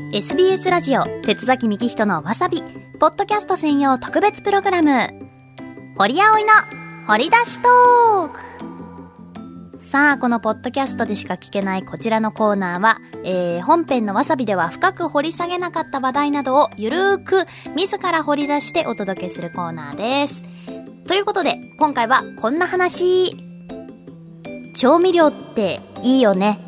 SBS ラジオ鉄崎幹人のわさびポッドキャスト専用特別プログラム、堀葵の掘り出しトーク。さあ、このポッドキャストでしか聞けないこちらのコーナーは、本編のわさびでは深く掘り下げなかった話題などをゆるーく自ら掘り出してお届けするコーナーです。ということで今回はこんな話。調味料っていいよね。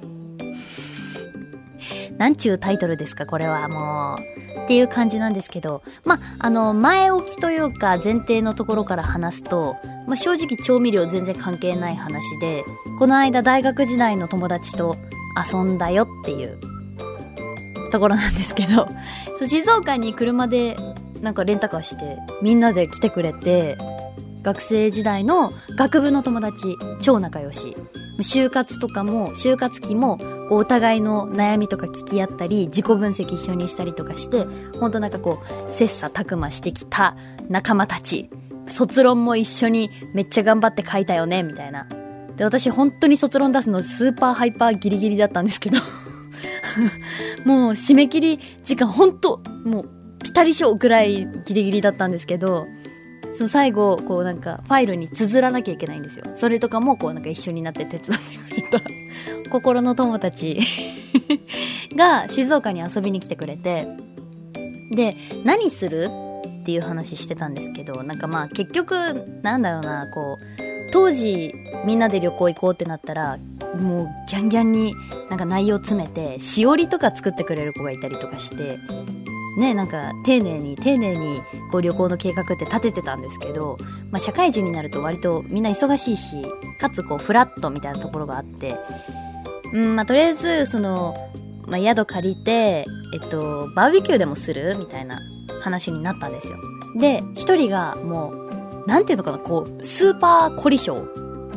なんちゅうタイトルですかこれは。もうっていう感じなんですけど、前置きというか前提のところから話すと、正直調味料全然関係ない話で、この間大学時代の友達と遊んだよっていうところなんですけど、静岡に車でなんかレンタカーしてみんなで来てくれて、学生時代の学部の友達超仲良し、就活とかも就活期もこうお互いの悩みとか聞き合ったり自己分析一緒にしたりとかして、ほんとなんかこう切磋琢磨してきた仲間たち。卒論も一緒にめっちゃ頑張って書いたよねみたいな。で、私本当に卒論出すのスーパーハイパーギリギリだったんですけどもう締め切り時間本当もうピタリ賞ぐらいギリギリだったんですけど、その最後こうなんかファイルに綴らなきゃいけないんですよ。それとかもこうなんか一緒になって手伝ってくれた心の友達が静岡に遊びに来てくれて、で何するっていう話してたんですけど、なんか結局なんだろうな、こう当時みんなで旅行行こうってなったらもうギャンギャンになんか内容詰めてしおりとか作ってくれる子がいたりとかしてね、なんか丁寧にこう旅行の計画って立ててたんですけど、社会人になると割とみんな忙しいし、かつこうフラットみたいなところがあって、とりあえずその、宿借りてバーベキューでもするみたいな話になったんですよ。で、一人がもうなんていうのかな、こうスーパー凝り性、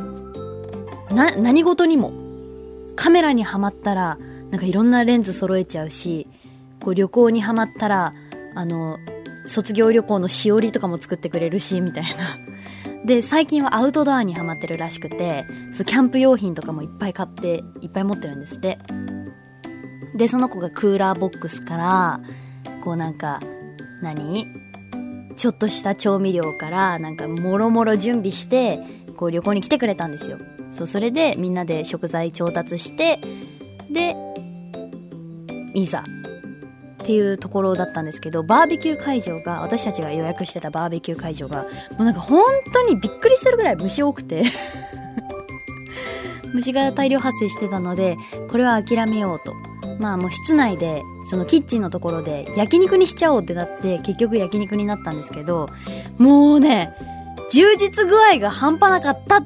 何事にもカメラにはまったらなんかいろんなレンズ揃えちゃうし、こう旅行にハマったら卒業旅行のしおりとかも作ってくれるしみたいな。で、最近はアウトドアにハマってるらしくて、キャンプ用品とかもいっぱい買っていっぱい持ってるんですって。で、その子がクーラーボックスからこうなんかちょっとした調味料からなんかもろもろ準備してこう旅行に来てくれたんですよ。それでみんなで食材調達して、でいざっていうところだったんですけど、バーベキュー会場が、私たちが予約してたバーベキュー会場がもうなんか本当にびっくりするぐらい虫多くて虫が大量発生してたので、これは諦めようと、もう室内でそのキッチンのところで焼肉にしちゃおうってなって、結局焼肉になったんですけど、もうね充実具合が半端なかったって。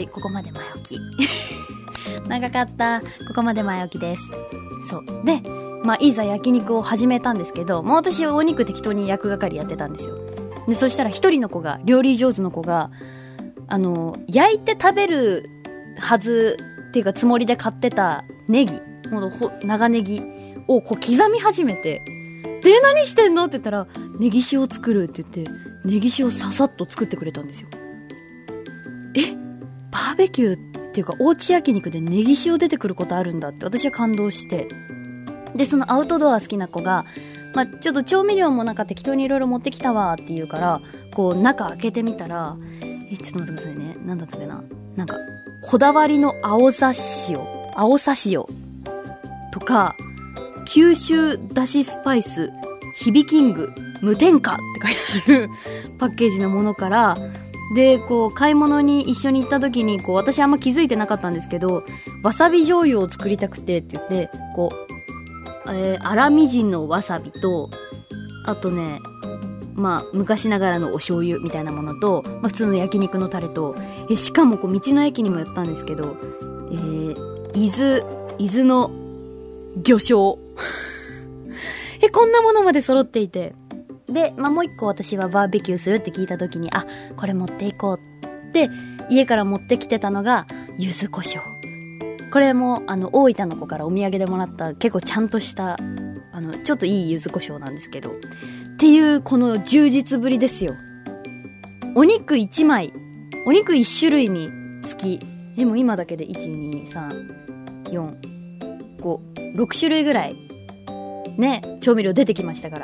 ここまで前置き長かった。ここまで前置きです。そうで、いざ焼肉を始めたんですけど、私お肉適当に焼く係やってたんですよ。で、そしたら一人の子が、料理上手の子が焼いて食べるはずっていうかつもりで買ってたネギ、長ネギをこう刻み始めて、で何してんのって言ったら、ネギ塩作るって言ってネギ塩ささっと作ってくれたんですよ。バーベキューっていうかおうち焼肉でネギ塩出てくることあるんだって私は感動して、でそのアウトドア好きな子が、ちょっと調味料もなんか適当にいろいろ持ってきたわって言うから、こう中開けてみたら、ちょっと待ってくださいね、なんだったっけな、なんかこだわりの青さ塩とか、九州だしスパイスヒビキング無添加って書いてあるパッケージのものから、でこう買い物に一緒に行った時にこう私あんま気づいてなかったんですけど、わさび醤油を作りたくてって言ってこう粗みじんのわさびと、あとね昔ながらのお醤油みたいなものと、普通の焼肉のタレと、しかもこう道の駅にも寄ったんですけど、伊豆の魚醤こんなものまで揃っていて、で、もう一個私はバーベキューするって聞いた時に、これ持っていこうって家から持ってきてたのが柚子胡椒。これも大分の子からお土産でもらった結構ちゃんとしたちょっといい柚子胡椒なんですけど、っていうこの充実ぶりですよ。お肉1枚、お肉1種類につき、でも今だけで 1,2,3,4,5,6 種類ぐらいね、調味料出てきましたから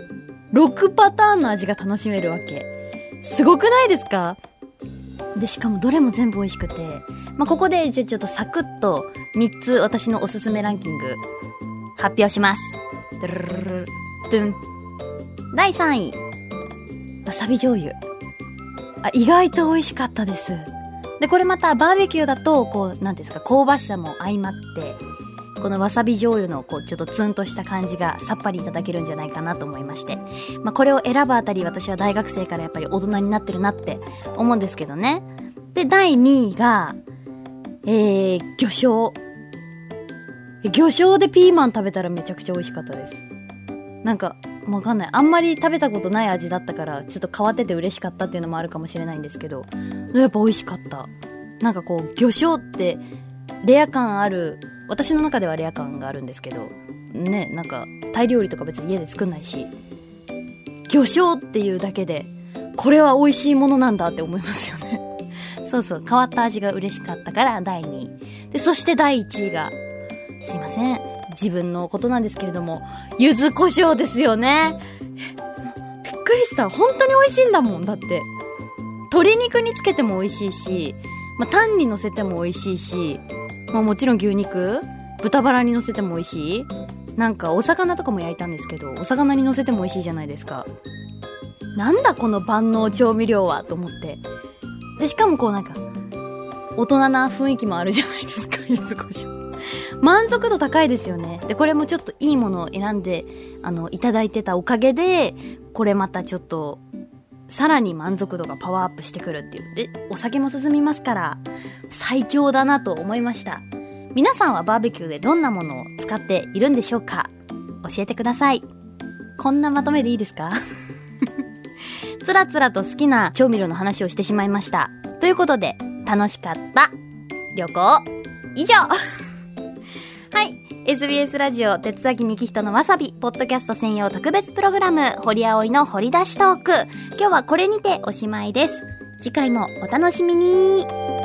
。6パターンの味が楽しめるわけ。すごくないですか？で、しかもどれも全部美味しくて。まあ、ここで、じゃあちょっとサクッと3つ私のおすすめランキング発表します。ドゥルルルルドゥン。第3位。わさび醤油。意外と美味しかったです。で、これまたバーベキューだと、こう、なんですか、香ばしさも相まって、このわさび醤油の、こう、ちょっとツンとした感じがさっぱりいただけるんじゃないかなと思いまして。まあ、これを選ぶあたり、私は大学生からやっぱり大人になってるなって思うんですけどね。で、第2位が、魚醤。魚醤でピーマン食べたらめちゃくちゃ美味しかったです。なんか、わかんない。あんまり食べたことない味だったから、ちょっと変わってて嬉しかったっていうのもあるかもしれないんですけど、やっぱ美味しかった。なんかこう、魚醤ってレア感ある、私の中ではレア感があるんですけど、ね、なんかタイ料理とか別に家で作んないし、魚醤っていうだけで、これは美味しいものなんだって思いますよね。そうそう、変わった味が嬉しかったから第2位。で、そして第1位が、すいません。自分のことなんですけれども、柚子胡椒ですよね。びっくりした。本当に美味しいんだもん。だって。鶏肉につけても美味しいし、まあ、タンに乗せても美味しいし、まあ、もちろん牛肉、豚バラに乗せても美味しい。なんかお魚とかも焼いたんですけど、お魚に乗せても美味しいじゃないですか。なんだこの万能調味料はと思って。で、しかもこうなんか、大人な雰囲気もあるじゃないですか、柚子胡椒。満足度高いですよね。で、これもちょっといいものを選んで、いただいてたおかげで、これまたちょっと、さらに満足度がパワーアップしてくるっていう。で、お酒も進みますから、最強だなと思いました。皆さんはバーベキューでどんなものを使っているんでしょうか？教えてください。こんなまとめでいいですか？つらつらと好きな調味料の話をしてしまいました。ということで、楽しかった旅行以上はい。SBS ラジオ、鉄崎幹人のわさび、ポッドキャスト専用特別プログラム、堀葵の掘り出しトーク。今日はこれにておしまいです。次回もお楽しみに。